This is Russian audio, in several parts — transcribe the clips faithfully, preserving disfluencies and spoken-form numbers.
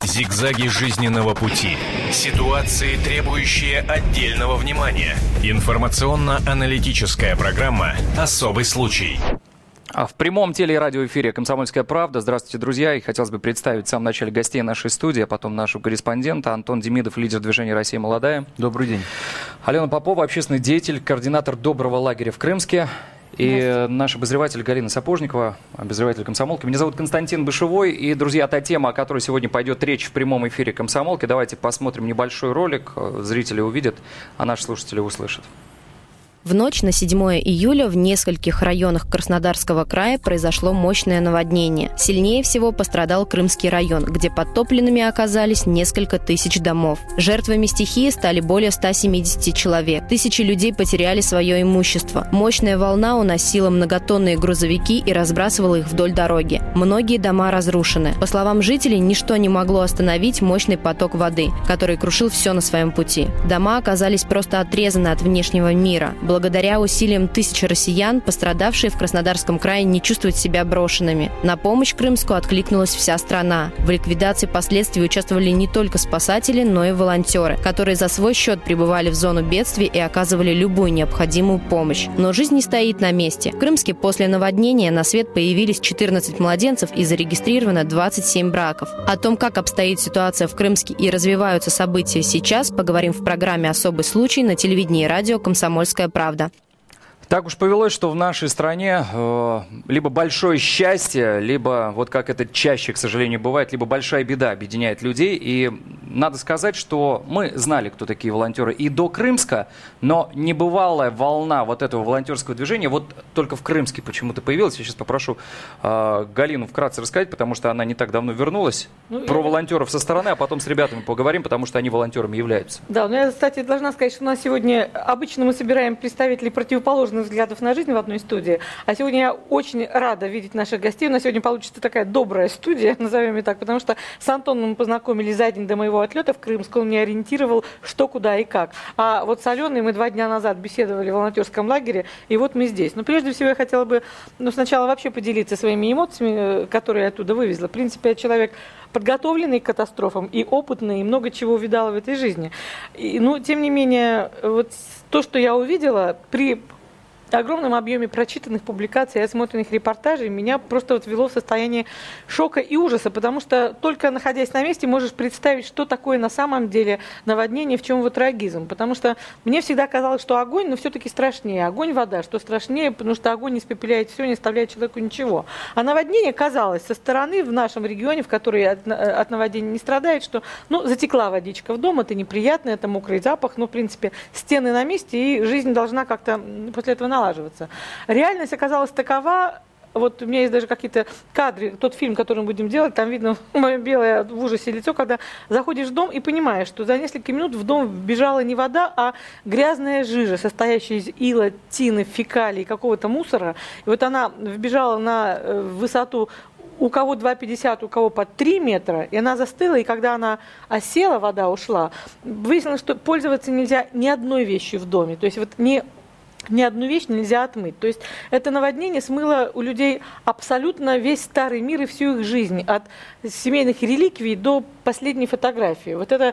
Зигзаги жизненного пути. Ситуации, требующие отдельного внимания. Информационно-аналитическая программа «Особый случай». В прямом теле- и радиоэфире «Комсомольская правда». Здравствуйте, друзья. И хотелось бы представить в самом начале гостей нашей студии, а потом нашего корреспондента. Антон Демидов, лидер движения «Россия молодая». Добрый день. Алена Попова, общественный деятель, координатор доброго лагеря в Крымске. И наш обозреватель Галина Сапожникова, обозреватель «Комсомолки». Меня зовут Константин Бышевой. И, друзья, та тема, о которой сегодня пойдет речь в прямом эфире «Комсомолки». Давайте посмотрим небольшой ролик. Зрители увидят, а наши слушатели услышат. В ночь на седьмое июля в нескольких районах Краснодарского края произошло мощное наводнение. Сильнее всего пострадал Крымский район, где подтопленными оказались несколько тысяч домов. Жертвами стихии стали более ста семидесяти человек. Тысячи людей потеряли свое имущество. Мощная волна уносила многотонные грузовики и разбрасывала их вдоль дороги. Многие дома разрушены. По словам жителей, ничто не могло остановить мощный поток воды, который крушил все на своем пути. Дома оказались просто отрезаны от внешнего мира. Благодаря усилиям тысяч россиян, пострадавшие в Краснодарском крае не чувствуют себя брошенными. На помощь Крымску откликнулась вся страна. В ликвидации последствий участвовали не только спасатели, но и волонтеры, которые за свой счет прибывали в зону бедствий и оказывали любую необходимую помощь. Но жизнь не стоит на месте. В Крымске после наводнения на свет появились четырнадцать младенцев и зарегистрировано двадцать семь браков. О том, как обстоит ситуация в Крымске и развиваются события сейчас, поговорим в программе «Особый случай» на телевидении и радио «Комсомольская правда». Так уж повелось, что в нашей стране э, либо большое счастье, либо, вот как это чаще, к сожалению, бывает, либо большая беда объединяет людей. И надо сказать, что мы знали, кто такие волонтеры и до Крымска, но небывалая волна вот этого волонтерского движения вот только в Крымске почему-то появилась. Я сейчас попрошу э, Галину вкратце рассказать, потому что она не так давно вернулась, ну, про я... волонтеров со стороны, а потом с ребятами поговорим, потому что они волонтерами являются. Да, но я, кстати, должна сказать, что у нас сегодня обычно мы собираем представителей противоположных взглядов на жизнь в одной студии. А сегодня я очень рада видеть наших гостей. У нас сегодня получится такая добрая студия, назовем ее так, потому что с Антоном мы познакомились за день до моего отлета в Крымск. Он меня ориентировал, что, куда и как. А вот с Аленой мы два дня назад беседовали в волонтерском лагере, и вот мы здесь. Но прежде всего я хотела бы ну, сначала вообще поделиться своими эмоциями, которые я оттуда вывезла. В принципе, я человек подготовленный к катастрофам и опытный, и много чего увидала в этой жизни. И, ну, тем не менее, вот то, что я увидела при огромном объеме прочитанных публикаций и осмотренных репортажей меня просто вот ввело в состояние шока и ужаса, потому что только находясь на месте можешь представить, что такое на самом деле наводнение, в чем его трагизм. Потому что мне всегда казалось, что огонь, но все-таки страшнее. Огонь, вода, что страшнее, потому что огонь испепеляет все, не оставляет человеку ничего. А наводнение казалось со стороны в нашем регионе, в который от, от наводнения не страдает, что ну, затекла водичка в дом, это неприятно, это мокрый запах, но в принципе стены на месте, и жизнь должна как-то после этого налаживаться. Реальность оказалась такова. Вот у меня есть даже какие-то кадры, тот фильм, который мы будем делать, там видно мое белое в ужасе лицо, когда заходишь в дом и понимаешь, что за несколько минут в дом вбежала не вода, а грязная жижа, состоящая из ила, тины, фекалий, какого-то мусора. И вот она вбежала на высоту у кого два пятьдесят, у кого под три метра, и она застыла, и когда она осела, вода ушла, выяснилось, что пользоваться нельзя ни одной вещью в доме, то есть вот не Ни одну вещь нельзя отмыть. То есть это наводнение смыло у людей абсолютно весь старый мир и всю их жизнь. От семейных реликвий до последней фотографии. Вот, это,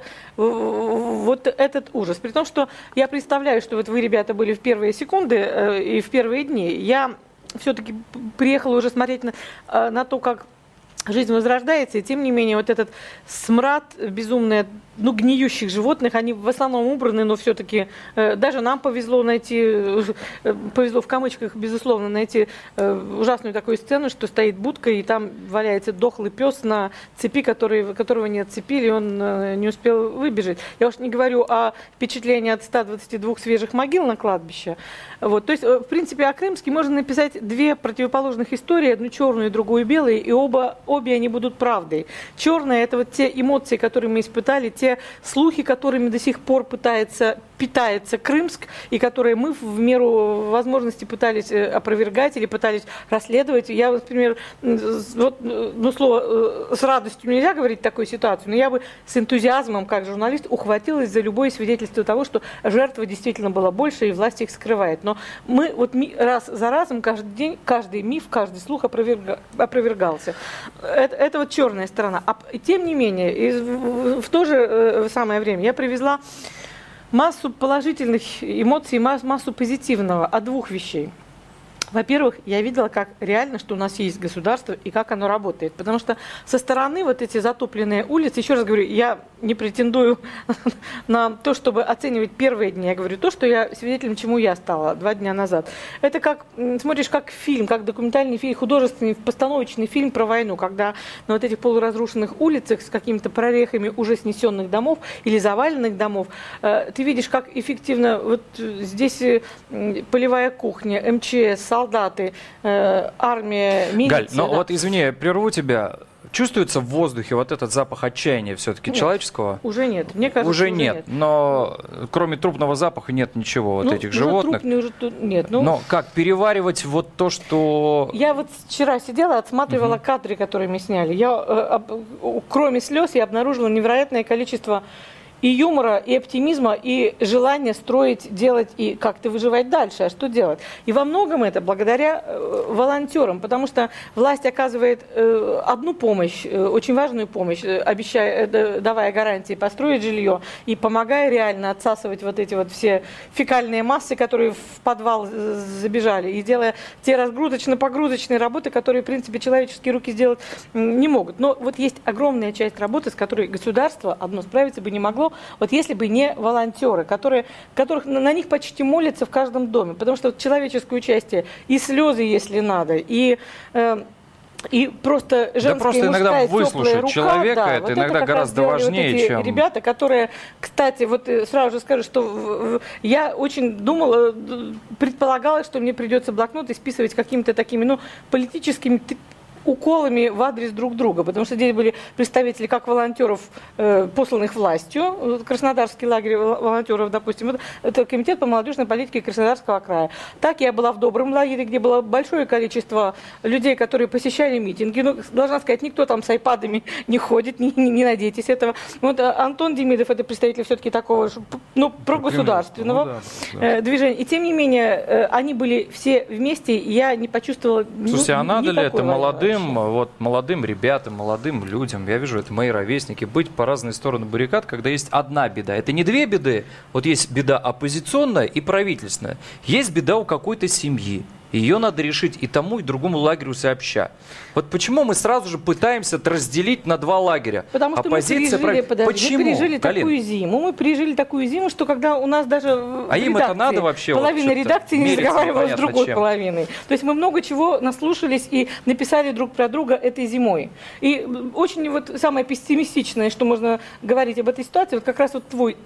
вот этот ужас. При том, что я представляю, что вот вы, ребята, были в первые секунды э, и в первые дни. Я все-таки приехала уже смотреть на, э, на то, как жизнь возрождается, и тем не менее вот этот смрад безумный, ну, гниющих животных, они в основном убраны, но все-таки э, даже нам повезло найти, э, повезло в кавычках, безусловно, найти э, ужасную такую сцену, что стоит будка, и там валяется дохлый пес на цепи, который, которого не отцепили, он э, не успел выбежать. Я уж не говорю о впечатлении от ста двадцати двух свежих могил на кладбище. Вот. То есть, в принципе, о Крымске можно написать две противоположных истории, одну черную, другую белую, и оба, обе они будут правдой. Черная – это вот те эмоции, которые мы испытали, те слухи, которыми до сих пор пытается питается Крымск, и которые мы в меру возможности пытались опровергать или пытались расследовать. Я, например, вот, ну, слово с радостью нельзя говорить такой ситуации, но я бы с энтузиазмом, как журналист, ухватилась за любое свидетельство того, что жертва действительно была больше, и власть их скрывает. Но мы вот раз за разом, каждый день, каждый миф, каждый слух опроверга, опровергался. Это, это вот черная сторона. А тем не менее, в, в то же самое время я привезла массу положительных эмоций, массу позитивного от двух вещей. Во-первых, я видела, как реально, что у нас есть государство и как оно работает. Потому что со стороны вот эти затопленные улицы, еще раз говорю, я не претендую на то, чтобы оценивать первые дни. Я говорю то, что я свидетелем, чему я стала два дня назад. Это как, смотришь, как фильм, как документальный фильм, художественный, постановочный фильм про войну, когда на вот этих полуразрушенных улицах с какими-то прорехами уже снесенных домов или заваленных домов, ты видишь, как эффективно вот здесь полевая кухня, эм че эс, солдаты, э, армия, милиция. Галь, ну да. вот извини, я прерву тебя. Чувствуется в воздухе вот этот запах отчаяния все-таки нет, человеческого? Уже нет. Мне кажется, уже, уже нет, нет. Но кроме трупного запаха нет ничего вот ну, этих уже животных. Трупный, уже тут нет. Ну, но как переваривать вот то, что... Я вот вчера сидела, отсматривала uh-huh. кадры, которые мы сняли. Я, э, э, кроме слез, я обнаружила невероятное количество и юмора, и оптимизма, и желания строить, делать и как-то выживать дальше. А что делать? И во многом это благодаря э, волонтерам, потому что власть оказывает э, одну помощь, э, очень важную помощь, э, обещая, э, давая гарантии построить жилье и помогая реально отсасывать вот эти вот все фекальные массы, которые в подвал забежали, и делая те разгрузочно-погрузочные работы, которые, в принципе, человеческие руки сделать не могут. Но вот есть огромная часть работы, с которой государство одно справиться бы не могло, вот если бы не волонтеры, которые, которых на, на них почти молятся в каждом доме, потому что вот человеческое участие, и слезы, если надо, и... Э, И просто женская, да просто и мужская, иногда выслушать рука, человека, да, это вот иногда это гораздо важнее, вот эти чем... ребята, которые, кстати, вот сразу же скажу, что я очень думала, предполагала, что мне придется блокнот исписывать какими-то такими, ну, политическими уколами в адрес друг друга, потому что здесь были представители как волонтеров, э, посланных властью, Краснодарский лагерь волонтеров, допустим, это, это комитет по молодежной политике Краснодарского края. Так я была в добром лагере, где было большое количество людей, которые посещали митинги. Ну, должна сказать, никто там с айпадами не ходит, не, не, не надейтесь этого. Вот Антон Демидов, это представитель все-таки такого, ну, прогосударственного ну, да, да. движения. И тем не менее, они были все вместе, и я не почувствовала. Слушайте, ну, а надо ли это молодым, вообще. вот, молодым ребятам, молодым людям, я вижу, это мои ровесники, быть по разные стороны баррикад, когда есть одна беда. Это не две беды, вот есть беда оппозиционная и правительственная. Есть беда у какой-то семьи. Ее надо решить и тому, и другому лагерю сообща. Вот почему мы сразу же пытаемся это разделить на два лагеря? Потому что Оппозиция, мы пережили, прав... подожди, почему? мы пережили Галин? такую зиму. Мы пережили такую зиму, что когда у нас даже а им это надо вообще половина вот редакции не разговаривала с другой чем. половиной. То есть мы много чего наслушались и написали друг про друга этой зимой. И очень вот самое пессимистичное, что можно говорить об этой ситуации, вот как раз вот твой,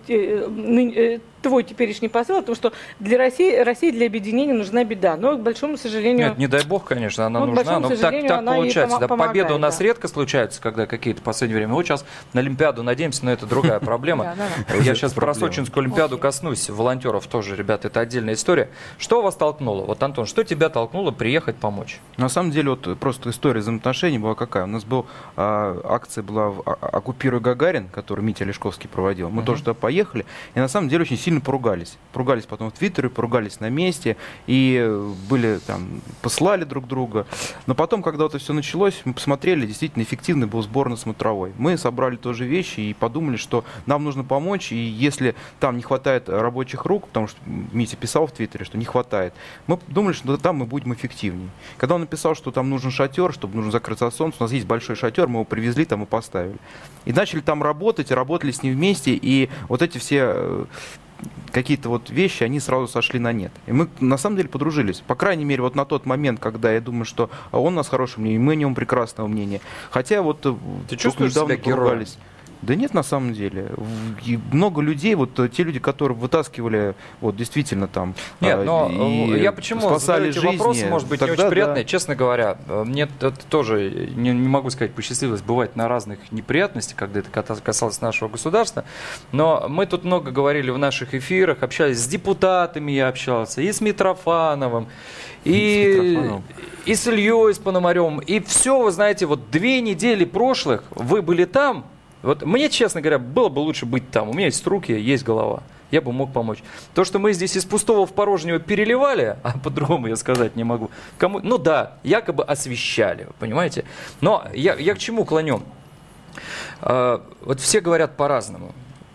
э, твой теперешний посыл, о том, что для России, России для объединения нужна беда. Но, к большому сожалению... Нет, не дай бог, конечно, она ну, нужна, но так, так получается. Да, помогает, победы у нас да. редко случаются, когда какие-то в последнее время. Вот сейчас на Олимпиаду надеемся, но это другая проблема. Я сейчас про Сочинскую Олимпиаду коснусь. Волонтеров тоже, ребята, это отдельная история. Что вас толкнуло? Вот, Антон, что тебя толкнуло приехать помочь? На самом деле, вот просто история взаимоотношений была какая. У нас была акция была в «Оккупируй Гагарин», которую Митя Лешковский проводил. Мы тоже туда поехали, и на самом деле очень сильно поругались. Поругались потом в Твиттере, поругались на месте, и были там, послали друг друга. Но потом, когда это все началось, мы посмотрели, действительно эффективный был сбор на смотровой. Мы собрали тоже вещи и подумали, что нам нужно помочь, и если там не хватает рабочих рук, потому что Митя писал в Твиттере, что не хватает, мы думали, что там мы будем эффективнее. Когда он написал, что там нужен шатер, чтобы нужно закрыться от солнца, у нас есть большой шатер, мы его привезли там и поставили. И начали там работать, работали с ним вместе, и вот эти все... какие-то вот вещи, они сразу сошли на нет. И мы на самом деле подружились. По крайней мере, вот на тот момент, когда я думаю, что он у нас хорошее мнение, мы о нем прекрасного мнения. Хотя вот... Ты чувствуешь себя героем? Да нет, на самом деле. И много людей, вот те люди, которые вытаскивали, вот действительно там... Нет, но и я почему спасали задаю эти жизни, вопросы, может быть, тогда, не очень приятные. да. Честно говоря, мне это тоже, не, не могу сказать, посчастливилось бывать на разных неприятностях, когда это касалось нашего государства. Но мы тут много говорили в наших эфирах, общались с депутатами, я общался, и с Митрофановым, и, и с Ильей, с Пономаревым. И все, вы знаете, вот две недели прошлых вы были там. Вот мне, честно говоря, было бы лучше быть там. У меня есть руки, есть голова. Я бы мог помочь. То, что мы здесь из пустого в порожнего переливали, а по-другому я сказать не могу. Кому... Ну да, якобы освещали, понимаете? Но я, я к чему клоню? А, вот все говорят по-разному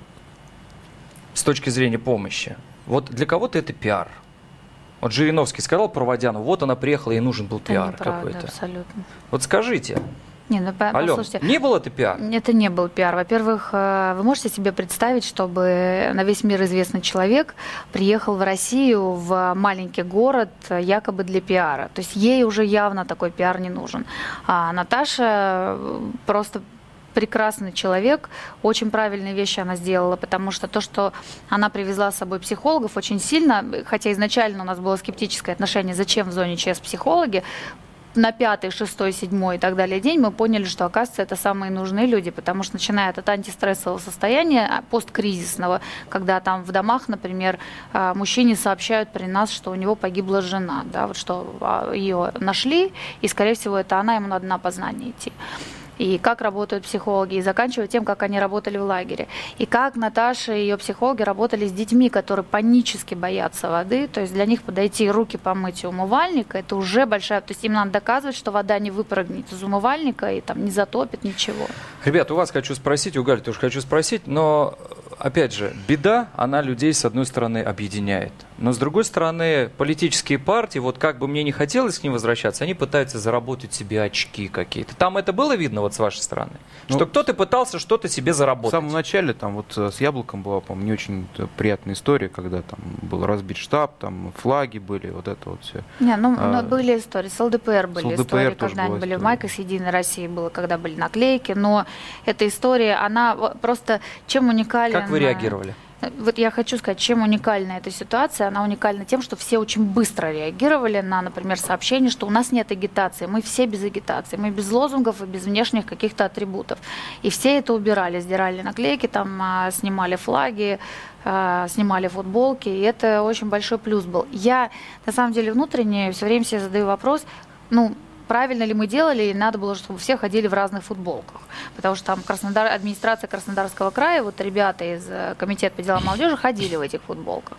с точки зрения помощи. Вот для кого-то это пиар. Вот Жириновский сказал про Водяну, вот она приехала, ей нужен был это пиар какой-то. Абсолютно. Вот скажите. Не, ну, Ален, послушайте, не был это пиар? Это не был пиар. Во-первых, вы можете себе представить, чтобы на весь мир известный человек приехал в Россию, в маленький город, якобы для пиара. То есть ей уже явно такой пиар не нужен. А Наташа просто прекрасный человек, очень правильные вещи она сделала, потому что то, что она привезла с собой психологов, очень сильно, хотя изначально у нас было скептическое отношение, зачем в зоне ЧС психологи, на пятый, шестой, седьмой и так далее день мы поняли, что, оказывается, это самые нужные люди, потому что начиная от от-антистрессового состояния, посткризисного, когда там в домах, например, мужчине сообщают при нас, что у него погибла жена, да, вот что ее нашли, и, скорее всего, это она, ему надо на опознание идти. И как работают психологи, и заканчивая тем, как они работали в лагере. И как Наташа и ее психологи работали с детьми, которые панически боятся воды. То есть для них подойти и руки помыть у умывальника, это уже большая... То есть им надо доказывать, что вода не выпрыгнет из умывальника и там не затопит ничего. Ребят, у вас хочу спросить, у Гали тоже хочу спросить, но, опять же, беда, она людей, с одной стороны, объединяет. Но, с другой стороны, политические партии, вот как бы мне не хотелось к ним возвращаться, они пытаются заработать себе очки какие-то. Там это было видно вот с вашей стороны? Ну, что кто-то пытался что-то себе заработать? В самом начале там вот с Яблоком была, по-моему, не очень приятная история, когда там был разбит штаб, там флаги были, вот это вот все. Не, ну, а, ну были истории, с ЛДПР были с ЛДПР истории, когда они были в майках с Единой России, было, когда были наклейки, но эта история, она просто чем уникальна... Как вы реагировали? Вот я хочу сказать, чем уникальна эта ситуация. Она уникальна тем, что все очень быстро реагировали на, например, сообщение, что у нас нет агитации, мы все без агитации, мы без лозунгов и без внешних каких-то атрибутов. И все это убирали, сдирали наклейки, там, снимали флаги, снимали футболки, и это очень большой плюс был. Я, на самом деле, внутренне все время себе задаю вопрос, ну, правильно ли мы делали, и надо было, чтобы все ходили в разных футболках. Потому что там Краснодар, администрация Краснодарского края, вот ребята из Комитета по делам молодежи ходили в этих футболках.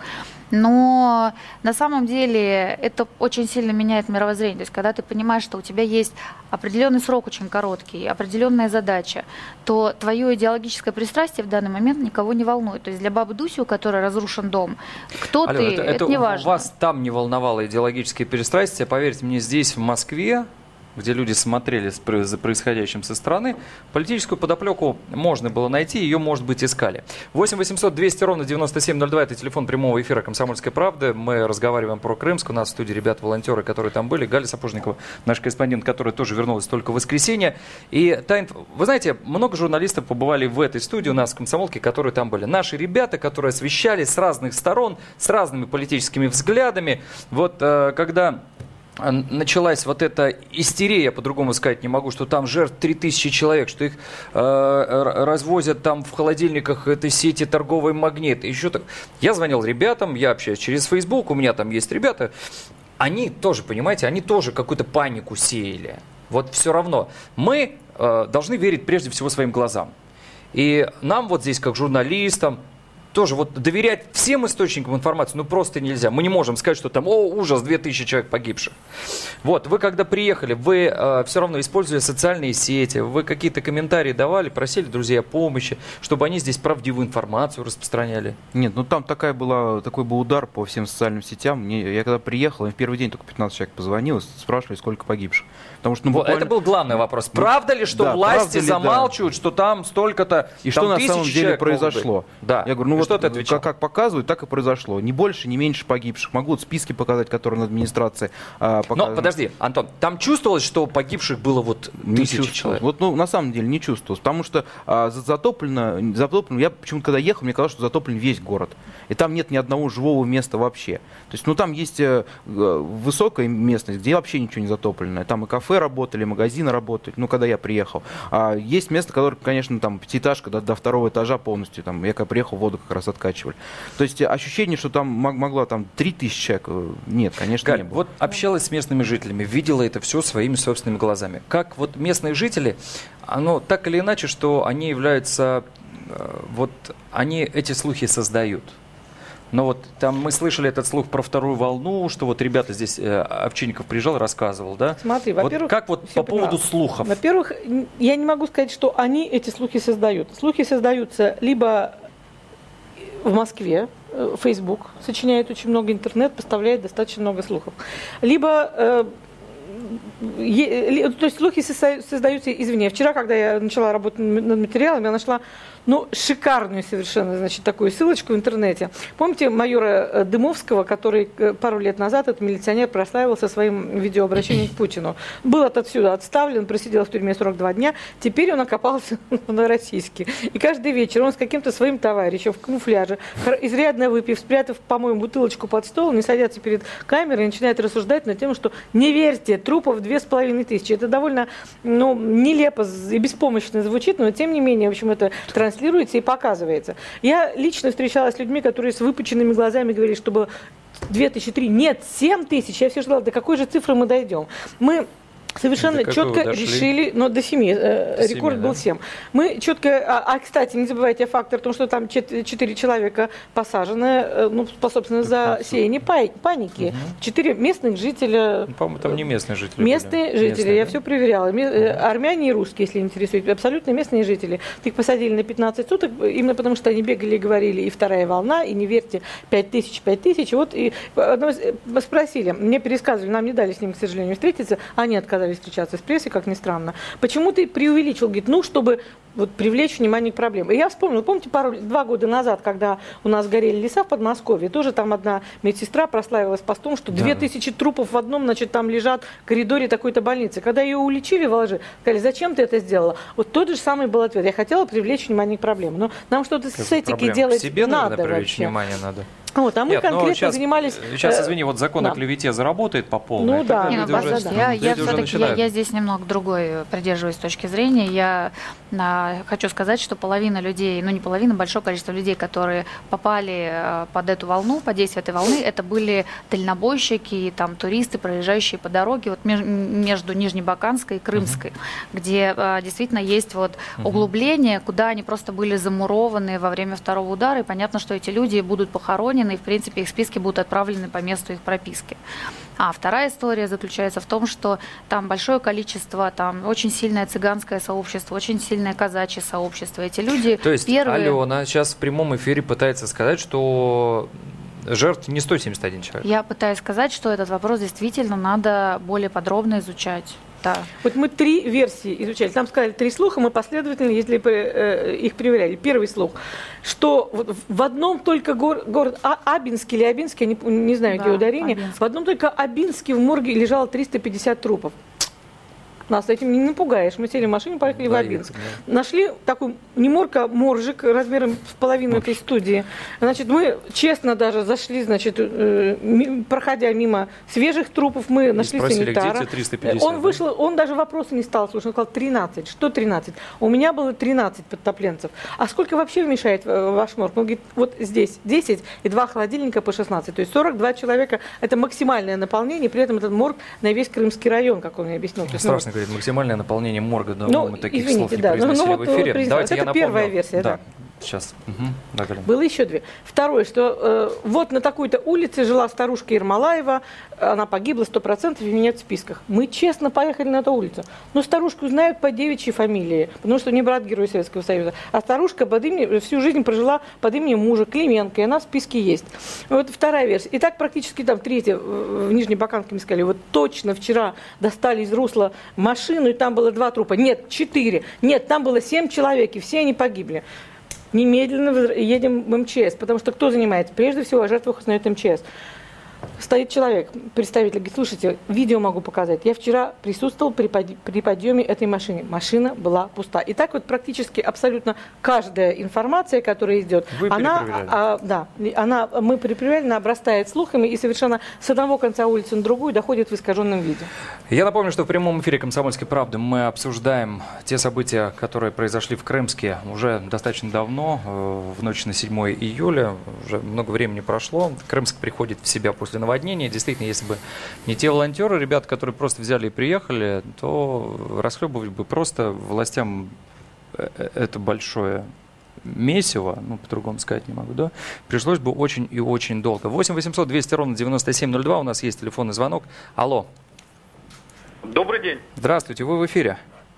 Но на самом деле это очень сильно меняет мировоззрение. То есть когда ты понимаешь, что у тебя есть определенный срок очень короткий, определенная задача, то твое идеологическое пристрастие в данный момент никого не волнует. То есть для бабы Дуси, у которой разрушен дом, кто Алена, ты, это, это, это не важно. Вас там не волновало идеологические пристрастия. Поверьте мне, здесь, в Москве, где люди смотрели за происходящим со стороны, политическую подоплеку можно было найти, ее, может быть, искали. восемь восемьсот двести ровно девяносто семь ноль два, это телефон прямого эфира «Комсомольской правды». Мы разговариваем про Крымск. У нас в студии ребята-волонтеры, которые там были. Галя Сапожникова, наш корреспондент, которая тоже вернулась только в воскресенье. И, Тайн, вы знаете, много журналистов побывали в этой студии у нас в «Комсомолке», которые там были. Наши ребята, которые освещали с разных сторон, с разными политическими взглядами. Вот когда... началась вот эта истерия, по-другому сказать не могу, что там жертв три тысячи человек, что их э, развозят там в холодильниках этой сети торговый магнит. Еще так. Я звонил ребятам, я общаюсь через Facebook, у меня там есть ребята. Они тоже, понимаете, они тоже какую-то панику сеяли. Вот все равно. Мы э, должны верить прежде всего своим глазам. И нам вот здесь, как журналистам, тоже вот доверять всем источникам информации, ну просто нельзя. Мы не можем сказать, что там, о, ужас, две тысячи человек погибших. Вот, вы когда приехали, вы э, все равно использовали социальные сети, вы какие-то комментарии давали, просили друзей о помощи, чтобы они здесь правдивую информацию распространяли? Нет, ну там такая была, такой был удар по всем социальным сетям. Мне, я когда приехал, в первый день только пятнадцать человек позвонило, спрашивали, сколько погибших. Потому что, ну, буквально... Это был главный вопрос. Правда ли, что да, власти ли, замалчивают, да. что там столько-то, и там что на самом деле произошло? Да. Я говорю, ну вот что ты отвечал? Как, как показывают, так и произошло. Ни больше, ни меньше погибших. Могу вот списки показать, которые на администрации а, показаны. Но подожди, Антон, там чувствовалось, что погибших было вот тысячи человек? Вот, ну, на самом деле не чувствовалось, потому что а, затоплено, затоплено, я почему-то когда ехал, мне казалось, что затоплен весь город. И там нет ни одного живого места вообще. То есть, ну, там есть э, высокая местность, где вообще ничего не затоплено. Там и кафе работали, и магазины работают, ну, когда я приехал. А есть место, которое, конечно, там пятиэтажка до, до второго этажа полностью. Там, я когда приехал, воду как раз откачивали. То есть ощущение, что там мог, могло там три тысячи человек, нет, конечно, Галь, не было. вот общалась с местными жителями, видела это все своими собственными глазами. Как вот местные жители, оно так или иначе, что они являются, вот они эти слухи создают. Но вот там мы слышали этот слух про вторую волну, что вот ребята здесь, э, Овчинников приезжал, рассказывал, да? Смотри, вот во-первых... как вот по поводу понимаю. слухов? Во-первых, я не могу сказать, что они эти слухи создают. Слухи создаются либо в Москве, Facebook сочиняет очень много, интернет поставляет достаточно много слухов. Либо... Э, то есть слухи создаются извне. Вчера, когда я начала работать над материалом, я нашла ну, шикарную совершенно, значит, такую ссылочку в интернете. Помните майора Дымовского, который пару лет назад, этот милиционер, прославился своим видеообращением к Путину? Был отсюда отставлен, просидел в тюрьме сорок два дня, теперь он окопался на российский. И каждый вечер он с каким-то своим товарищем в камуфляже, изрядно выпив, спрятав, по-моему, бутылочку под стол, не садятся перед камерой и начинает рассуждать на тему, что не верьте, трупов две с половиной тысячи. Это довольно ну, нелепо и беспомощно звучит, но тем не менее, в общем, это транслируется и показывается. Я лично встречалась с людьми, которые с выпученными глазами говорили, чтобы две тысячи три, нет, семь тысяч. Я все ждала, до какой же цифры мы дойдем. Мы совершенно до четко решили, но до семи, э, до рекорд семи, был да? семь. Мы четко, а, а, кстати, не забывайте фактор, том, что там четыре человека посажены, э, ну, способственно, за сеяние пай, паники. Четыре угу. местных жителя. Ну, по-моему, там не местные жители. Местные были. жители, местные, я да? все проверяла. Угу. Армяне и русские, если интересует, абсолютно местные жители. Их посадили на пятнадцать суток, именно потому что они бегали и говорили, и вторая волна, и не верьте, пять тысяч, пять тысяч. Вот и спросили, мне пересказывали, нам не дали с ним, к сожалению, встретиться, они отказались встречаться с прессой, как ни странно. Почему ты преувеличил? Говорит, ну, чтобы вот, привлечь внимание к проблеме. И я вспомнила, помните, пару, два года назад, когда у нас горели леса в Подмосковье, тоже там одна медсестра прославилась постом, что две тысячи да. трупов в одном, значит, там лежат в коридоре такой-то больницы. Когда ее уличили в лжи, сказали, зачем ты это сделала? Вот тот же самый был ответ. Я хотела привлечь внимание к проблеме. Но нам что-то с этикой делать себе, надо наверное, привлечь вообще. внимание надо. Вот, а мы Нет, конкретно сейчас, занимались... Сейчас, извини, вот закон да. о клевете заработает по полной. Ну да. Не, ну, люди уже, да, я, люди я, уже все-таки, я, я здесь немного другой придерживаюсь точки зрения. Я а, хочу сказать, что половина людей, ну не половина, большое количество людей, которые попали а, под эту волну, под действие этой волны, это были дальнобойщики, там, туристы, проезжающие по дороге вот, меж, между Нижнебаканской и Крымской, uh-huh. где а, действительно есть вот, uh-huh. углубление, куда они просто были замурованы во время второго удара, и понятно, что эти люди будут похоронены, и в принципе их списки будут отправлены по месту их прописки. А вторая история заключается в том, что там большое количество, там очень сильное цыганское сообщество, очень сильное казачье сообщество. Эти люди То есть первые... Алена сейчас в прямом эфире пытается сказать, что жертв не сто семьдесят один человек. Я пытаюсь сказать, что этот вопрос действительно надо более подробно изучать. Да. Вот мы три версии изучали. Там сказали три слуха, мы последовательно, если э, их проверяли. Первый слух, что вот в одном только гор, город а, Абинский или Абинский, я не, не знаю, да, где ударение, Абинск. В одном только Абинске в морге лежало триста пятьдесят трупов. Нас этим не напугаешь. Мы сели в машину, поехали да, в Абинск. Да. Нашли такой, не морг, а моржик размером в половину этой студии. Значит, мы честно даже зашли, значит, э, проходя мимо свежих трупов, мы и нашли спросили, санитара. где те триста пятьдесят, он да? вышел, он даже вопросы не стал слушать. Он сказал тринадцать. Что тринадцать? У меня было тринадцать подтопленцев. А сколько вообще вмешает ваш морг? Он говорит, вот здесь десять и два холодильника по шестнадцать. То есть сорок два человека. Это максимальное наполнение. При этом этот морг на весь Крымский район, как он мне объяснил. Страшно говорит, максимальное наполнение морга, да, ну, мы таких извините, слов не да, произносили ну, в эфире. Вот, Давайте это я напомню. первая версия, да. да. Сейчас. Угу. Да, было еще две. Второе, что э, вот на такой-то улице жила старушка Ермолаева, она погибла сто процентов, и нет в списках. Мы честно поехали на эту улицу. Но старушку знают по девичьей фамилии, потому что не брат Героя Советского Союза. А старушка под именем, всю жизнь прожила под именем мужа Клименко, и она в списке есть. Вот вторая версия. И так практически там третья, в Нижнебаканке мы сказали, вот точно вчера достали из русла машину, и там было два трупа. Нет, четыре. Нет, там было семь человек, и все они погибли. немедленно едем в эм че эс, потому что кто занимается? Прежде всего о жертвах узнает эм че эс. Стоит человек, представитель, говорит, слушайте, видео могу показать. Я вчера присутствовал при, под... при подъеме этой машины. Машина была пуста. И так вот практически абсолютно каждая информация, которая идет, Вы она, а, да, она, мы перепроверяли, она обрастает слухами и совершенно с одного конца улицы на другую доходит в искаженном виде. Я напомню, что в прямом эфире «Комсомольской правды» мы обсуждаем те события, которые произошли в Крымске уже достаточно давно, в ночь на седьмое июля. Уже много времени прошло. Крымск приходит в себя после наводнения. Действительно, если бы не те волонтеры, ребята, которые просто взяли и приехали, то расхлебывали бы просто властям это большое месиво, ну, по-другому сказать не могу, да, пришлось бы очень и очень долго. восемь восемьсот двести ровно девяносто семь ноль два, у нас есть телефонный звонок. Алло. Добрый день. Здравствуйте, вы в эфире.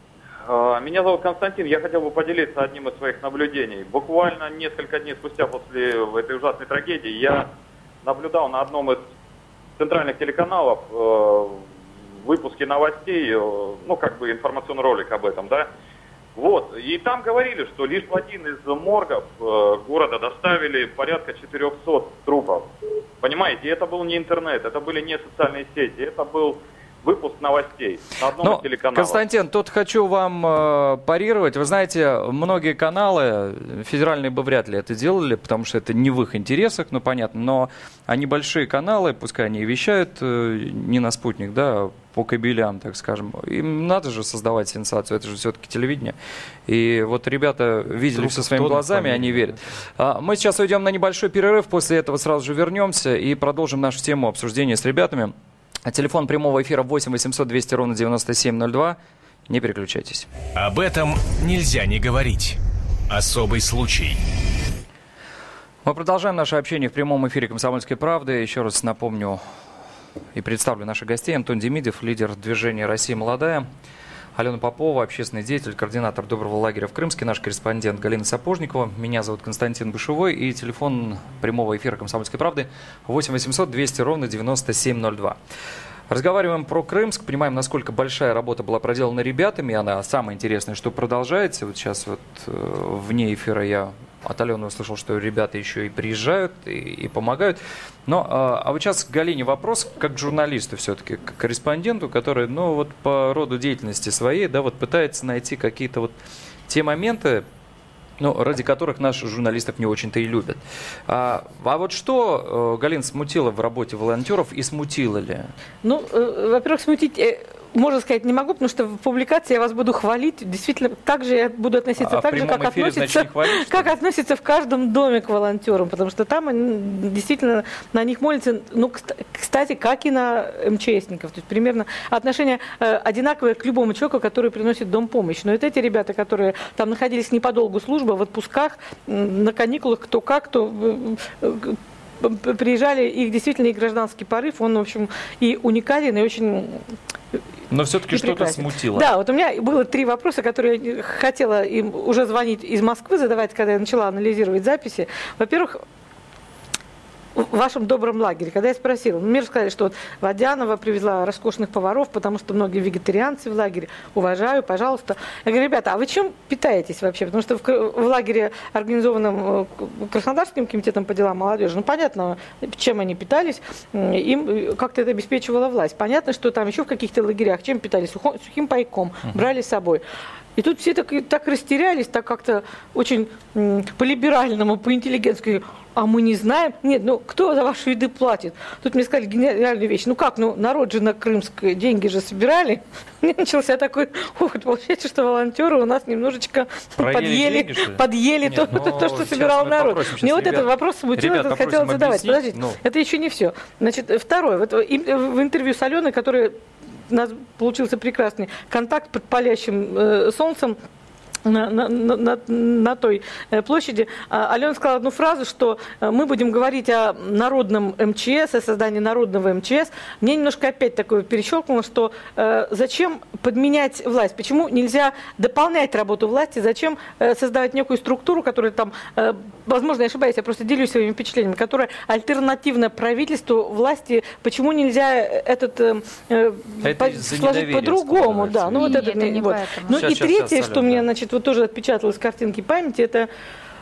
Меня зовут Константин, я хотел бы поделиться одним из своих наблюдений. Буквально несколько дней спустя после этой ужасной трагедии я наблюдал на одном из центральных телеканалов э, выпуски новостей, э, ну, как бы информационный ролик об этом, да. Вот, и там говорили, что лишь в один из моргов э, города доставили порядка четырехсот трупов. Понимаете, это был не интернет, это были не социальные сети, это был выпуск новостей на одном Но, из телеканалов. Константин, тут хочу вам э, парировать. Вы знаете, многие каналы, федеральные бы вряд ли это делали, потому что это не в их интересах, ну понятно, но они большие каналы, пускай они и вещают э, не на спутник, да, по кабелям, так скажем. Им надо же создавать сенсацию, это же все-таки телевидение. И вот ребята видели Трупов все своими глазами, они верят. А, мы сейчас уйдем на небольшой перерыв, после этого сразу же вернемся и продолжим нашу тему обсуждения с ребятами. Телефон прямого эфира восемь восемьсот двести ровно девяносто семь ноль два. Не переключайтесь. Об этом нельзя не говорить. Особый случай. Мы продолжаем наше общение в прямом эфире «Комсомольской правды». Еще раз напомню и представлю наших гостей. Антон Демидов, лидер движения «Россия молодая». Алена Попова, общественный деятель, координатор доброго лагеря в Крымске, наш корреспондент Галина Сапожникова. Меня зовут Константин Бушевой. И телефон прямого эфира «Комсомольской правды» восемь восемьсот двести ровно девяносто семь ноль два. Разговариваем про Крымск, понимаем, насколько большая работа была проделана ребятами. Она самое интересное, что продолжается. Вот сейчас вот э, вне эфира я от Алены услышал, что ребята еще и приезжают, и, и помогают. Но, э, а вот сейчас к Галине вопрос, как к журналисту все-таки, к корреспонденту, который, ну, вот по роду деятельности своей, да, вот пытается найти какие-то вот те моменты, ну, ради которых наших журналистов не очень-то и любят. А, а вот что, Галин, смутило в работе волонтеров и смутило ли? Ну, э, во-первых, смутить, э, можно сказать, не могу, потому что в публикации я вас буду хвалить. Действительно, так же я буду относиться а так же, как эфире, относится, значит, хвалить, как относится в каждом доме к волонтерам, потому что там они, действительно на них молятся, ну, кстати, как и на эм че эсников. То есть примерно отношение э, одинаковое к любому человеку, который приносит дом помощь. Но это эти ребята, которые там находились не по долгу службы, в отпусках, на каникулах, кто как, кто приезжали, их действительно и гражданский порыв, он, в общем, и уникален, и очень... Но все-таки что-то смутило. Да, вот у меня было три вопроса, которые я хотела им уже звонить из Москвы, задавать, когда я начала анализировать записи. Во-первых, в вашем добром лагере, когда я спросила, мне рассказали, что вот Водянова привезла роскошных поваров, потому что многие вегетарианцы в лагере, уважаю, пожалуйста. Я говорю, ребята, а вы чем питаетесь вообще? Потому что в, в лагере, организованном Краснодарским комитетом по делам молодежи, ну, понятно, чем они питались, им как-то это обеспечивала власть. Понятно, что там еще в каких-то лагерях чем питались? Сухо, сухим пайком, брали с собой. И тут все так, так растерялись, так как-то очень м, по-либеральному, по-интеллигентски. А мы не знаем. Нет, ну кто за ваши еды платит? Тут мне сказали гениальную вещь. Ну как, ну народ же на Крымск деньги же собирали. Мне начался такой опыт. Получается, что волонтеры у нас немножечко Проели подъели, деньги, подъели Нет, то, ну, то, то, что собирал народ. Мне вот ребят, этот вопрос смутил, ребят, это хотела задавать. Объяснить, Подождите, ну. это еще не все. Значит, второе. Вот в интервью с Аленой, который у нас получился прекрасный контакт под палящим э, солнцем, На, на, на, на той площади, Алена сказала одну фразу, что мы будем говорить о народном эм че эс, о создании народного эм че эс. Мне немножко опять такое перещелкнуло, что э, зачем подменять власть? Почему нельзя дополнять работу власти? Зачем э, создавать некую структуру, которая там, э, возможно, я ошибаюсь, я просто делюсь своими впечатлениями, которая альтернативна правительству, власти? Почему нельзя этот э, это по, сложить по-другому? Да, ну, вот Нет, это, это не вот. поэтому. Ну Сейчас, и сейчас, третье, сейчас, что Алена, мне, да. значит, вот тоже отпечаталось в картинке памяти, это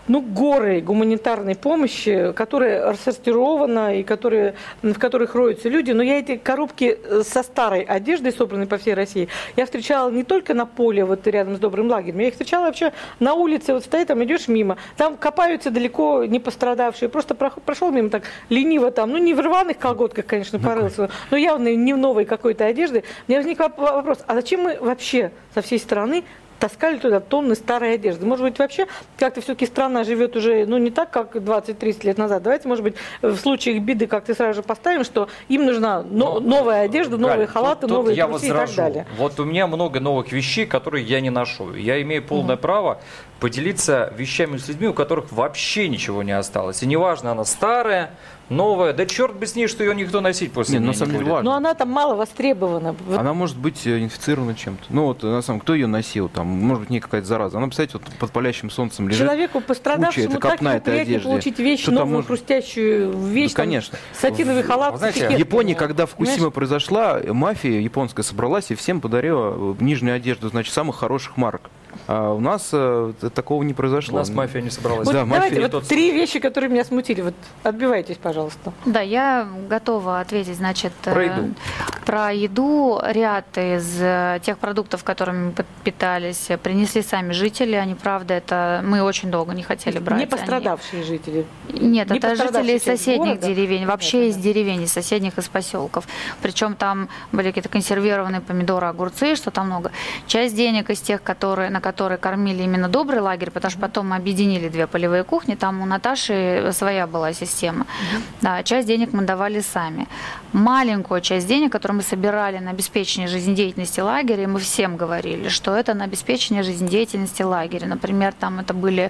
ну, горы гуманитарной помощи, которая рассортирована и которые, в которых роются люди. Но я эти коробки со старой одеждой, собранной по всей России, я встречала не только на поле, вот рядом с Добрым лагерем, я их встречала вообще на улице, вот стоит, там идешь мимо, там копаются далеко не пострадавшие, просто прошел мимо так лениво там, ну, не в рваных колготках, конечно, порылся, но явно не в новой какой-то одежды. У меня возник вопрос, а зачем мы вообще со всей страны таскали туда тонны старой одежды? Может быть, вообще как-то все-таки страна живет уже, ну, не так, как двадцать-тридцать лет назад. Давайте, может быть, в случае их беды как-то сразу же поставим, что им нужна но, новая одежда, новые Галь, халаты, тут, новые тут трусы и так далее. Вот у меня много новых вещей, которые я не ношу. Я имею полное угу. право поделиться вещами с людьми, у которых вообще ничего не осталось. И неважно, она старая, новая, да черт бы с ней, что ее никто носить после Нет, меня на самом не деле будет. важно. Но она там мало востребована. Она может быть инфицирована чем-то. Ну вот, на самом деле, кто ее носил? Там, может быть, не какая-то зараза. Она, представляете, вот под палящим солнцем лежит. Человеку, пострадавшему, так приятнее получить вещь, что новую, может... хрустящую вещь, да, конечно. Там, сатиновый халат. Знаете, в Японии, когда Фукусима произошла, мафия японская собралась и всем подарила нижнюю одежду, значит, самых хороших марок. А у нас э, такого не произошло. У нас мафия не собралась. Вот да, давайте, мафия... вот три вещи, которые меня смутили. Вот отбивайтесь, пожалуйста. Да, я готова ответить, значит, про еду. Про еду. Ряд из тех продуктов, которыми мы питались, принесли сами жители. Они, правда, это мы очень долго не хотели брать. Не пострадавшие Они... жители? Нет, не это жители из соседних города? деревень, вообще Нет, из деревень, из соседних, из поселков. Причем там были какие-то консервированные помидоры, огурцы, что там много. Часть денег из тех, которые, на которые кормили именно Добрый лагерь, потому что потом мы объединили две полевые кухни, там у Наташи своя была система. Да, часть денег мы давали сами. Маленькую часть денег, которую мы собирали на обеспечение жизнедеятельности лагеря, мы всем говорили, что это на обеспечение жизнедеятельности лагеря. Например, там это были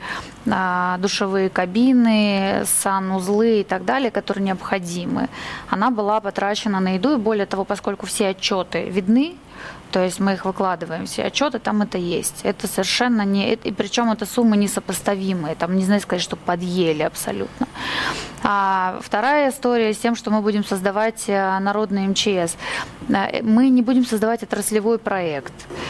а, душевые кабины, санузлы и так далее, которые необходимы. Она была потрачена на еду, и более того, поскольку все отчеты видны, то есть мы их выкладываем, все отчеты, там это есть. Это совершенно не... И причем это суммы несопоставимые. Там не знаю сказать, что подъели абсолютно. А вторая история с тем, что мы будем создавать народный эм че эс. Мы не будем создавать отраслевой проект.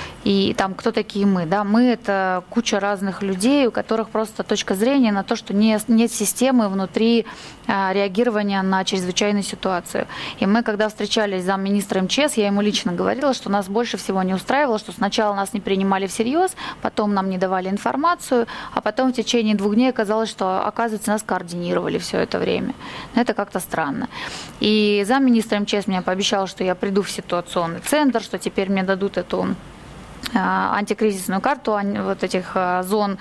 И там кто такие мы? Да? Мы – это куча разных людей, у которых просто точка зрения на то, что не, нет системы внутри а, реагирования на чрезвычайную ситуацию. И мы, когда встречались с замминистра эм че эс, я ему лично говорила, что нас больше всего не устраивало, что сначала нас не принимали всерьез, потом нам не давали информацию, а потом в течение двух дней оказалось, что, оказывается, нас координировали все это время. Это как-то странно. И замминистра эм че эс мне пообещал, что я приду в ситуационный центр, что теперь мне дадут эту антикризисную карту вот этих зон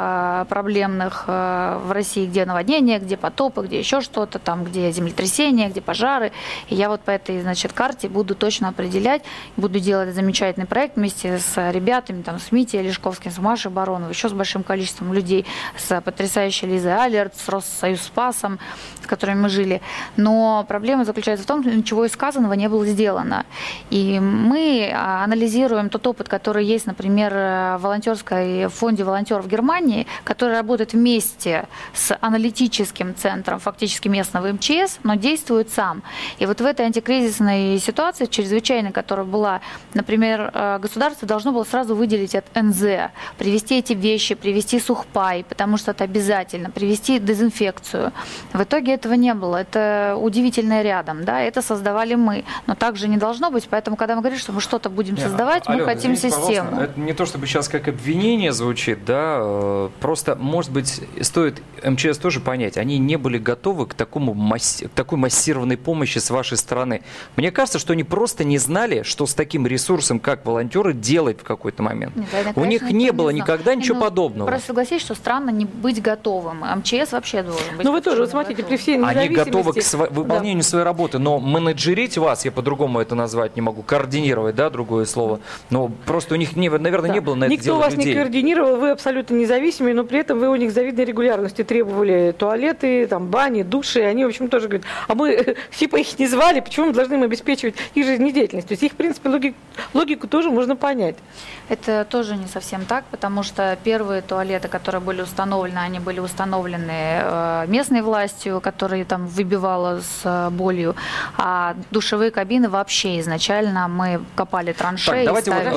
проблемных в России, где наводнения, где потопы, где еще что-то, там, где землетрясения, где пожары. И я вот по этой, значит, карте буду точно определять, буду делать замечательный проект вместе с ребятами, там, с Митей Олешковским, с Машей Бароновой, еще с большим количеством людей, с потрясающей Лизой Алерт, с Россоюзспасом, с которыми мы жили. Но проблема заключается в том, что ничего из сказанного не было сделано. И мы анализируем тот опыт, который есть, например, в волонтерской фонде волонтеров Германии, который работает вместе с аналитическим центром, фактически местного эм че эс, но действует сам. И вот в этой антикризисной ситуации, чрезвычайной, которая была, например, государство должно было сразу выделить от эн зэ, привезти эти вещи, привезти сухпай, потому что это обязательно, привезти дезинфекцию. В итоге этого не было. Это удивительное рядом, да, это создавали мы. Но так же не должно быть, поэтому, когда мы говорим, что мы что-то будем Нет, создавать, Алена, мы хотим систему. Это не то, чтобы сейчас как обвинение звучит, да, просто, может быть, стоит эм че эс тоже понять, они не были готовы к, такому масс... к такой массированной помощи с вашей стороны. Мне кажется, что они просто не знали, что с таким ресурсом, как волонтеры, делать в какой-то момент. Нет, это, У них не было не никогда ничего ну, подобного. Просто согласись, что странно не быть готовым. эм че эс вообще должен быть. Ну вы тоже, вот смотрите, готовы. При всей независимости... Они готовы к св... выполнению да. своей работы, но менеджерить вас, я по-другому это назвать не могу, координировать, да, другое слово, но просто у них, не, наверное, да. не было на это Никто дело вас людей. не координировал, вы абсолютно независимые, но при этом вы у них завидной регулярности требовали туалеты, там, бани, души, и они, в общем, тоже говорят, а мы типа их не звали, почему мы должны им обеспечивать их жизнедеятельность? То есть их, в принципе, логику, логику тоже можно понять. Это тоже не совсем так, потому что первые туалеты, которые были установлены, они были установлены местной властью, которая там выбивала с болью, а душевые кабины вообще изначально мы копали траншеи. Так, давайте вот хорошую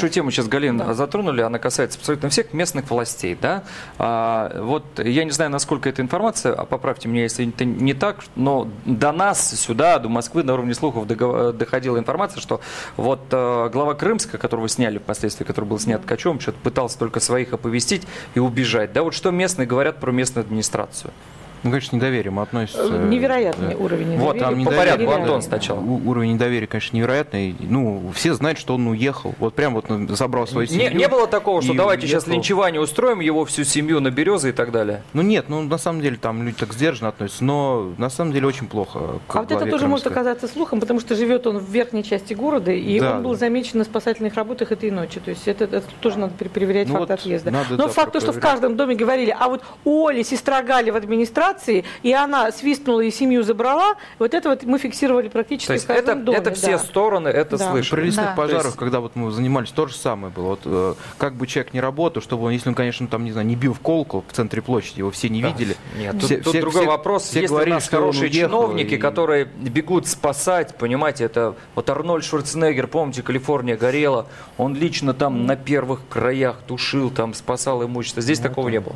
хорошую тему сейчас, Галина, Да. затронули. Она касается абсолютно всех местных властей. Да? А, вот я не знаю, насколько эта информация, а поправьте меня, если это не так, но до нас, сюда, до Москвы, на уровне слухов доходила информация, что вот а, глава Крымска, которого сняли впоследствии, который был снят Ткачевым, что-то пытался только своих оповестить и убежать. Да, вот что местные говорят про местную администрацию? Ну, конечно, недоверием относится. Невероятный да. уровень недоверия. Вот, там По недоверие, порядку, Антон, да. сначала. У- Уровень недоверия, конечно, невероятный. Ну, все знают, что он уехал. Вот прям вот он забрал свою семью. Не, не было такого, что и давайте сейчас уехал. линчевание устроим, его всю семью на Березы и так далее. Ну нет, ну на самом деле там люди так сдержанно относятся, но на самом деле очень плохо. к А вот это главе тоже может Крымска. оказаться слухом, потому что живет он в верхней части города, и Да, он был да. замечен на спасательных работах этой ночи. То есть это, это тоже надо перепроверять Ну факт вот отъезда. надо, Но да, факт то, что в проверять. каждом доме говорили, а вот у Оли сестра Галя в администрации, и она свистнула и семью забрала, вот это вот мы фиксировали практически То есть в каждом это, доме. это все да. стороны это Да. При слышали. лесных Да. пожарах, То есть- когда вот мы занимались, то же самое было. Вот, э, как бы человек не работал, чтобы он, если он, конечно, там, не знаю, не бил в колокол в центре площади, его все не Да. видели. Нет, Все- тут, тут все- другой все- вопрос. все Есть говорили, у нас что он хорошие уехал, чиновники, и- которые бегут спасать, понимаете, это вот Арнольд Шварценеггер, помните, Калифорния горела, он лично там на первых краях тушил, там спасал имущество. Здесь такого не было.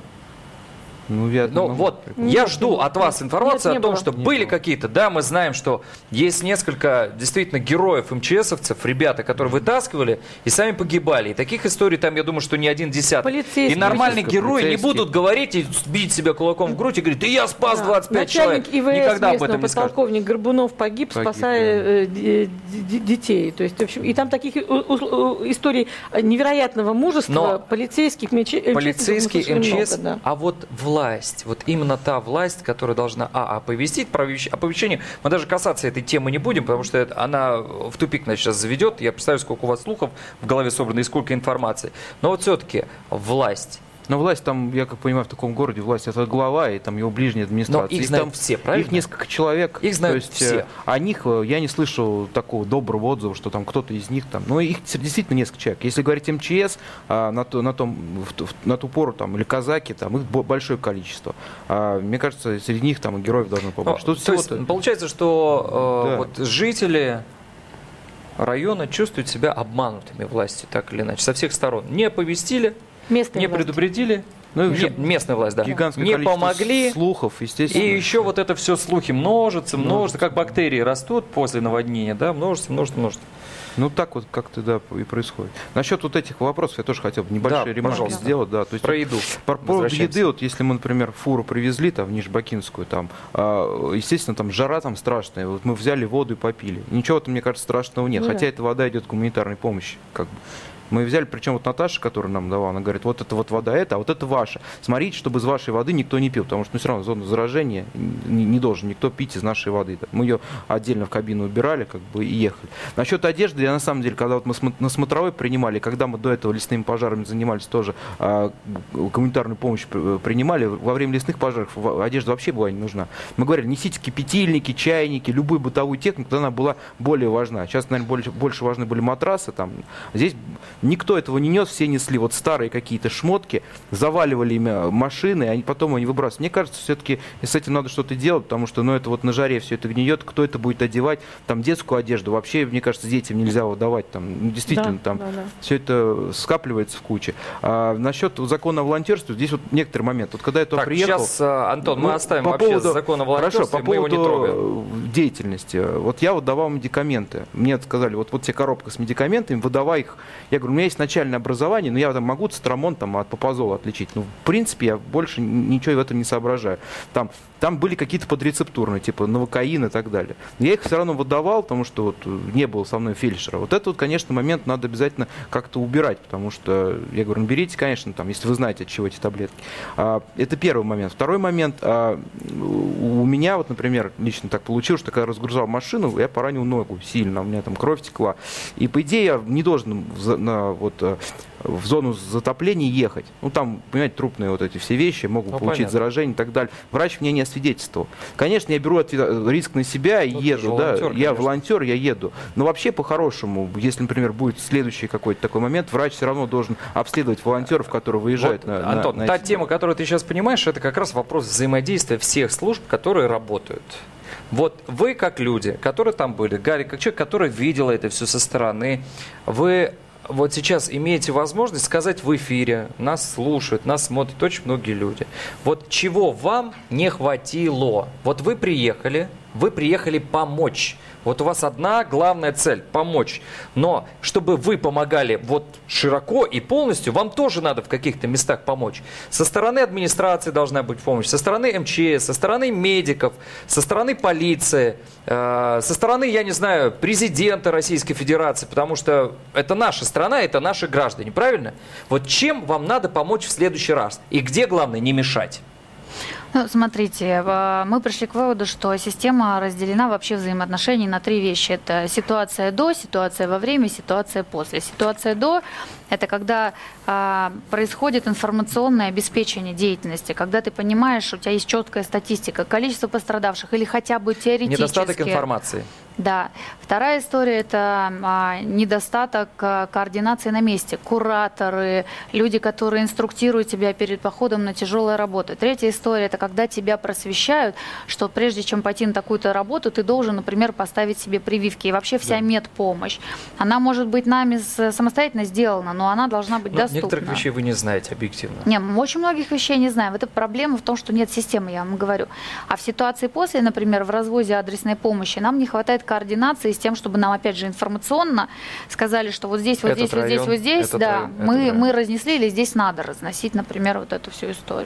Ну, я Ну могу вот, припомнить. я Нет, жду не было. от вас информации Нет, не о том, было. что Не были было. какие-то, да, мы знаем, что есть несколько действительно героев МЧСовцев, ребята, которые вытаскивали и сами погибали. И таких историй там, я думаю, что не один десяток. Полицейские. И нормальные Полицейские. герои не Полицейские. будут говорить и бить себя кулаком в грудь и говорить, да я спас Да. двадцать пять человек. Начальник ИВС Никогда об местного этом не скажут. подполковник Горбунов погиб, Погиб, спасая э, д- д- детей. То есть, в общем, и там таких у- у- у- историй невероятного мужества Но полицейских, МЧ, МЧСовцев мы Полицейский слышали МЧС, много, да. а вот власть, вот именно та власть, которая должна, а, оповестить, про вещ- оповещение, мы даже касаться этой темы не будем, потому что это, она в тупик нас сейчас заведет, я представляю, сколько у вас слухов в голове собрано и сколько информации, но вот все-таки власть. Но власть там, я как понимаю, в таком городе власть это глава и там его ближняя администрация. Но их Их знают там, все, правильно? Их несколько человек. Их знают то есть, все. э, О них э, я не слышал такого доброго отзыва, что там кто-то из них там. Но их действительно несколько человек. Если говорить МЧС, а, на, то, на, том, в, ту- в- на ту пору там, или казаки, там их бо- большое количество. А, мне кажется, среди них там и героев должно побольше. Ну, Тут то есть, всего-то- получается, что э, Да. вот жители района чувствуют себя обманутыми властью, так или иначе, со всех сторон. Не оповестили, Местная не власть. предупредили. Ну и Не- вообще местная власть, да. гигантское Не количество помогли. слухов, естественно. И еще вот это все слухи множатся, множатся, как бактерии растут после наводнения, да, множество, множество, множество. Ну так вот как-то да и происходит. Насчет вот этих вопросов я тоже хотел бы небольшие Да, ремарки пожалуйста. сделать. Да, то есть Про еду. По поводу Возвращаемся. еды, вот если мы, например, фуру привезли там в Нижбакинскую, там, а, естественно, там жара там страшная. Вот мы взяли воду и попили. Ничего там, мне кажется, страшного нет. Ну Хотя да. эта вода идет гуманитарной помощи. Как бы. Мы взяли, причем вот Наташа, которая нам давала, она говорит, вот это вот вода эта, а вот это ваша. Смотрите, чтобы из вашей воды никто не пил, потому что ну, все равно зона заражения не, не должен никто пить из нашей воды. Мы ее отдельно в кабину убирали, как бы, и ехали. Насчет одежды, я на самом деле, когда вот мы смо- на смотровой принимали, когда мы до этого лесными пожарами занимались, тоже а, гуманитарную помощь при- принимали, во время лесных пожаров в- одежда вообще была не нужна. Мы говорили, несите кипятильники, чайники, любую бытовую технику, тогда она была более важна. Сейчас, наверное, больше, больше важны были матрасы. Там. Здесь никто этого не нес, все несли вот старые какие-то шмотки, заваливали ими машины, а потом они выбрасывали. Мне кажется, все-таки с этим надо что-то делать, потому что ну, это вот на жаре все это гниет, кто это будет одевать, там детскую одежду, вообще, мне кажется, детям нельзя выдавать, там, ну, действительно, Да, там да, да. все это скапливается в куче. А насчет закона о волонтерстве, здесь вот некоторый момент, вот когда я туда Так, приехал... сейчас, Антон, мы ну, оставим по вообще поводу- закон о Хорошо, волонтерстве, по мы его не трогаем. поводу деятельности. Вот я вот давал медикаменты. Мне сказали, вот, вот тебе коробка с медикаментами, выдавай их. Я говорю, у меня есть начальное образование, но я там могу цитрамон там, от папазола отличить. Ну, в принципе, я больше ничего в этом не соображаю. Там, там были какие-то подрецептурные, типа новокаин и так далее. Но я их все равно выдавал, потому что вот не было со мной фельдшера. Вот этот, вот, конечно, момент надо обязательно как-то убирать, потому что, я говорю, ну, берите, конечно, там, если вы знаете, от чего эти таблетки. А, это первый момент. Второй момент. А, у меня, вот, например, лично так получилось, что когда разгружал машину, я поранил ногу сильно, у меня там кровь текла. И, по идее, я не должен в, на, вот, в зону затопления ехать. Ну, там, понимаете, трупные вот эти все вещи, могут Ну, получить понятно. заражение и так далее. Врач меня не освидетельствовал. Конечно, я беру отве- риск на себя и Ну, ты еду, же да. волонтер, Я конечно. волонтер, я еду. Но вообще, по-хорошему, если, например, будет следующий какой-то такой момент, врач все равно должен обследовать волонтеров, которые выезжают Вот, на, на- Антон, на та эти- тема, которую ты сейчас понимаешь, это как раз вопрос взаимодействия всех служб, которые работают. Вот вы, как люди, которые там были, Гарри, как человек, который видел это все со стороны, вы вот сейчас имеете возможность сказать в эфире, нас слушают, нас смотрят очень многие люди. Вот чего вам не хватило? Вот вы приехали, вы приехали помочь. Вот у вас одна главная цель – помочь. Но чтобы вы помогали вот широко и полностью, вам тоже надо в каких-то местах помочь. Со стороны администрации должна быть помощь, со стороны эм че эс, со стороны медиков, со стороны полиции, э, со стороны, я не знаю, президента Российской Федерации, потому что это наша страна, это наши граждане, правильно? Вот чем вам надо помочь в следующий раз? И где, главное, не мешать? Ну, смотрите, мы пришли к выводу, что система разделена вообще взаимоотношений на три вещи. Это ситуация до, ситуация во время, ситуация после. Ситуация до – это когда а, происходит информационное обеспечение деятельности, когда ты понимаешь, у тебя есть четкая статистика, количество пострадавших или хотя бы теоретически. Недостаток информации. Да. Вторая история – это а, недостаток а, координации на месте. Кураторы, люди, которые инструктируют тебя перед походом на тяжелые работы. Третья история – это когда тебя просвещают, что прежде чем пойти на такую-то работу, ты должен, например, поставить себе прививки. И вообще вся да. медпомощь. Она может быть нами самостоятельно сделана, но она должна быть но доступна. Некоторых вещей вы не знаете объективно. Нет, мы очень многих вещей не знаем. Это проблема в том, что нет системы, я вам говорю. А в ситуации после, например, в развозе адресной помощи, нам не хватает координации с тем, чтобы нам, опять же, информационно сказали, что вот здесь, вот этот здесь, район, вот здесь, вот здесь, да, район, мы, мы разнесли или здесь надо разносить, например, вот эту всю историю.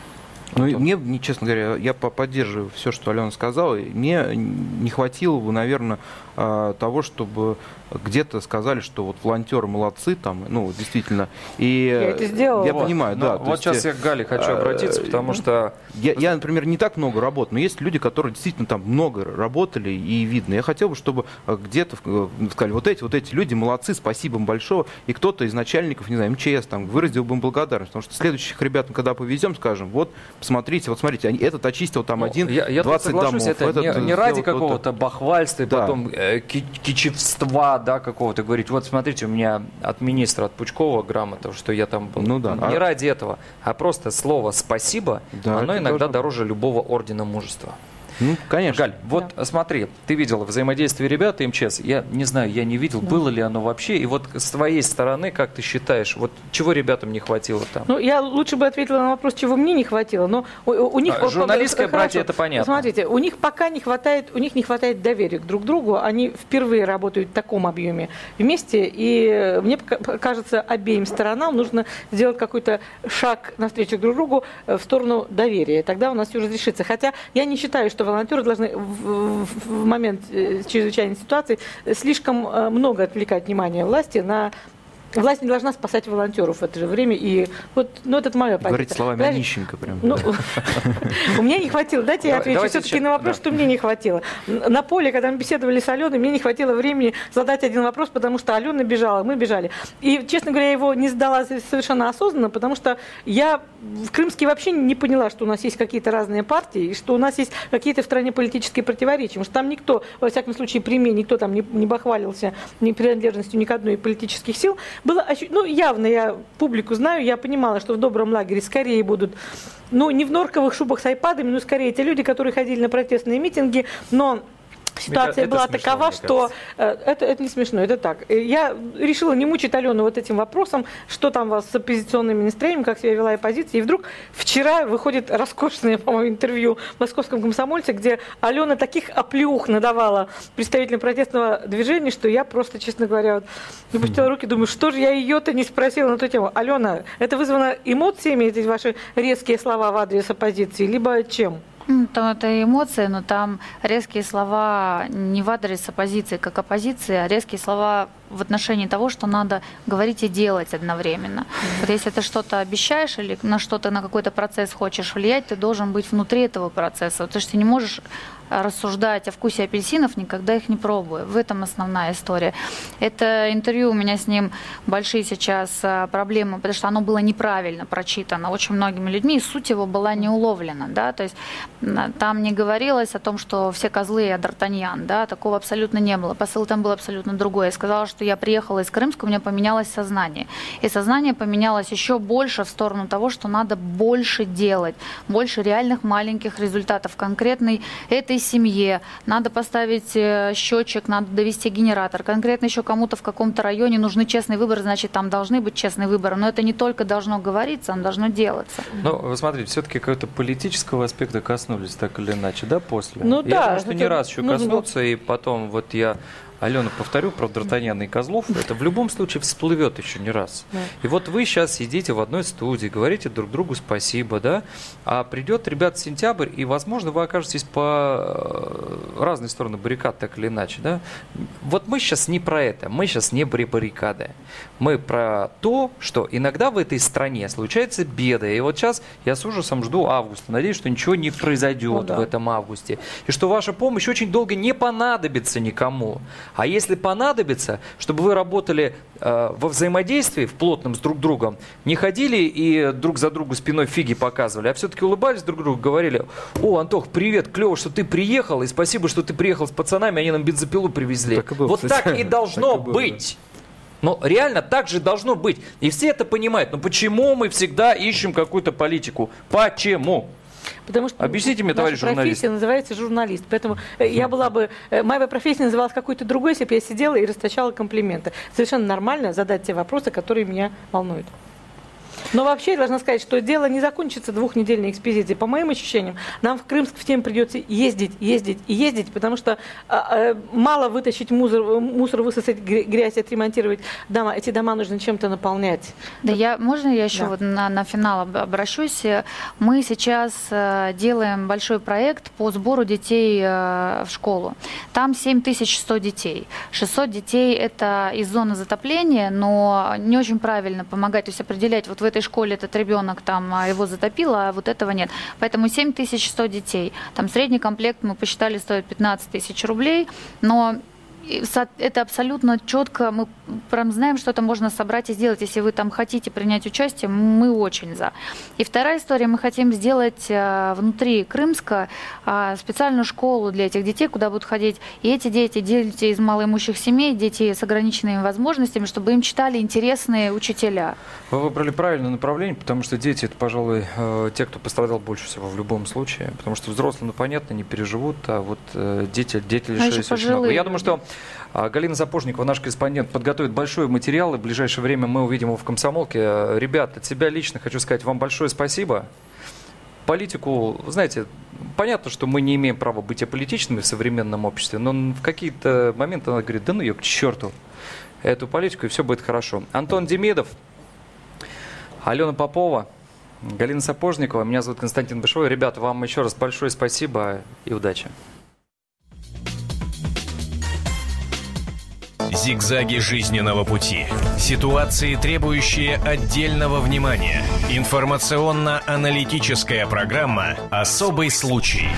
Ну, мне, честно говоря, я поддерживаю все, что Алена сказала. Мне не хватило бы, наверное, того, чтобы где-то сказали, что вот волонтеры молодцы, там, ну, действительно. И я это сделала. Я вот. понимаю, но да. Вот есть, сейчас я к Гале хочу обратиться, потому что... Я, я, например, не так много работаю, но есть люди, которые действительно там много работали, и видно. Я хотел бы, чтобы где-то сказали, вот эти, вот эти люди молодцы, спасибо им большое, и кто-то из начальников, не знаю, эм че эс там выразил бы им благодарность, потому что следующих ребят, когда повезем, скажем, вот, посмотрите, вот смотрите, этот очистил там ну, один, я, я двадцать домов. Это этот не, не ради вот какого-то бахвальства, да. потом э, кичевства, да, какого-то говорить, вот смотрите, у меня от министра, от Пучкова грамота, что я там был. Ну, да. Не а... ради этого, а просто слово «спасибо», да, оно иногда должно... дороже любого ордена мужества. Ну, конечно. Галь, вот да. смотри, ты видела взаимодействие ребят и эм че эс. Я не знаю, я не видел, да. было ли оно вообще. И вот с твоей стороны, как ты считаешь, вот чего ребятам не хватило там? Ну, я лучше бы ответила на вопрос, чего мне не хватило. Но у, у них а, журналистское хорошо. братья, это понятно. Смотрите, у них пока не хватает, у них не хватает доверия к друг другу. Они впервые работают в таком объеме вместе. И мне кажется, обеим сторонам нужно сделать какой-то шаг навстречу друг другу в сторону доверия. Тогда у нас все разрешится. Хотя я не считаю, что волонтеры должны в, в момент чрезвычайной ситуации слишком много отвлекать внимание власти на... Власть не должна спасать волонтеров в это же время. И вот, ну, это моя позиция. Говорить словами Онищенко прям. Ну, у меня не хватило. Дайте я отвечу все-таки на вопрос, что мне не хватило. На поле, когда мы беседовали с Аленой, мне не хватило времени задать один вопрос, потому что Алена бежала, мы бежали. И, честно говоря, я его не задала совершенно осознанно, потому что я в Крымске вообще не поняла, что у нас есть какие-то разные партии, и что у нас есть какие-то в стране политические противоречия. Потому что там никто, во всяком случае, при мне, никто там не, не бахвалился ни принадлежностью ни к одной из политических сил. Было, ну, явно я публику знаю, я понимала, что в добром лагере скорее будут, ну, не в норковых шубах с айпадами, но скорее те люди, которые ходили на протестные митинги, но... Ситуация это была смешно, такова, что это, это не смешно, это так. Я решила не мучить Алену вот этим вопросом, что там у вас с оппозиционными настроениями, как себя вела оппозиция. И вдруг вчера выходит роскошное, по-моему, интервью в «Московском комсомольце», где Алена таких оплеух надавала представителям протестного движения, что я просто, честно говоря, вот, выпустила руки, думаю, что же я ее-то не спросила на эту тему. Алена, это вызвано эмоциями, эти ваши резкие слова в адрес оппозиции, либо чем? Там это эмоции, но там резкие слова не в адрес оппозиции как оппозиции, а резкие слова в отношении того, что надо говорить и делать одновременно. Вот если ты что-то обещаешь или на что-то, на какой-то процесс хочешь влиять, ты должен быть внутри этого процесса. Потому что ты не можешь рассуждать о вкусе апельсинов, никогда их не пробуя. В этом основная история. Это интервью, у меня с ним большие сейчас проблемы, потому что оно было неправильно прочитано очень многими людьми, и суть его была не уловлена. Да? То есть Там не говорилось о том, что все козлы, я Д'Артаньян, да, такого абсолютно не было. Посыл там был абсолютно другой. Я сказала, что я приехала из Крымска, у меня поменялось сознание. И сознание поменялось еще больше в сторону того, что надо больше делать, больше реальных маленьких результатов конкретной этой семье. Надо поставить счетчик, надо довести генератор. Конкретно еще кому-то в каком-то районе нужны честные выборы, значит, там должны быть честные выборы. Но это не только должно говориться, оно должно делаться. Ну, вы смотрите, все-таки какого-то политического аспекта коснулись, так или иначе, да, после? Ну, я да, думаю, что не раз еще нужно... коснуться, и потом вот я... Алена, повторю про Д'Артаньяна и Козлов, это в любом случае всплывет еще не раз. Да. И вот вы сейчас сидите в одной студии, говорите друг другу спасибо, да, а придет, ребят, сентябрь, и, возможно, вы окажетесь по разные стороны баррикад, так или иначе, да. Вот мы сейчас не про это, мы сейчас не про баррикады. Мы про то, что иногда в этой стране случаются беды. И вот сейчас я с ужасом жду августа, надеюсь, что ничего не произойдет ну, да. в этом августе. И что ваша помощь очень долго не понадобится никому. А если понадобится, чтобы вы работали э, во взаимодействии, в плотном с друг другом, не ходили и друг за другу спиной фиги показывали, а все-таки улыбались друг другу, говорили: о, Антох, привет, клево, что ты приехал, и спасибо, что ты приехал с пацанами, они нам бензопилу привезли. Так и было, вот кстати. Так и должно так и было, быть. Но реально так же должно быть. И все это понимают. Но почему мы всегда ищем какую-то политику? Почему? Потому что объясните мне, товарищ журналист. Профессия называется журналист. Поэтому я была бы... Моя профессия называлась какой-то другой, если бы я сидела и расточала комплименты. Совершенно нормально задать те вопросы, которые меня волнуют. Но вообще, я должна сказать, что дело не закончится двухнедельной экспедицией. По моим ощущениям, нам в Крымск в тем придется ездить, ездить и ездить, потому что а, а, мало вытащить мусор, мусор, высосать грязь, отремонтировать дома. Эти дома нужно чем-то наполнять. Да, я, можно я еще да. вот на, на финал обращусь? Мы сейчас э, делаем большой проект по сбору детей э, в школу. Там семь тысяч сто детей. шестьсот детей – это из зоны затопления, но не очень правильно помогать, то есть определять, вот в этой школе этот ребенок, там его затопило, а вот этого нет. Поэтому семь тысяч сто детей. Там средний комплект, мы посчитали, стоит пятнадцать тысяч рублей, но это абсолютно четко, мы прям знаем, что это можно собрать и сделать. Если вы там хотите принять участие, мы очень за. И вторая история, мы хотим сделать внутри Крымска специальную школу для этих детей, куда будут ходить и эти дети, дети из малоимущих семей, дети с ограниченными возможностями, чтобы им читали интересные учителя. Вы выбрали правильное направление, потому что дети, это, пожалуй, те, кто пострадал больше всего в любом случае, потому что взрослые, ну, понятно, не переживут, а вот дети, дети лишились очень много. Я думаю, что Галина Сапожникова, наш корреспондент, подготовит большой материал, и в ближайшее время мы увидим его в «Комсомолке». Ребят, от себя лично хочу сказать вам большое спасибо. Политику, знаете, понятно, что мы не имеем права быть аполитичными в современном обществе, но в какие-то моменты она говорит: да ну ее к черту, эту политику, и все будет хорошо. Антон Демидов, Алена Попова, Галина Сапожникова, меня зовут Константин Бышевой. Ребята, вам еще раз большое спасибо и удачи. Зигзаги жизненного пути. Ситуации, требующие отдельного внимания. Информационно-аналитическая программа «Особый случай».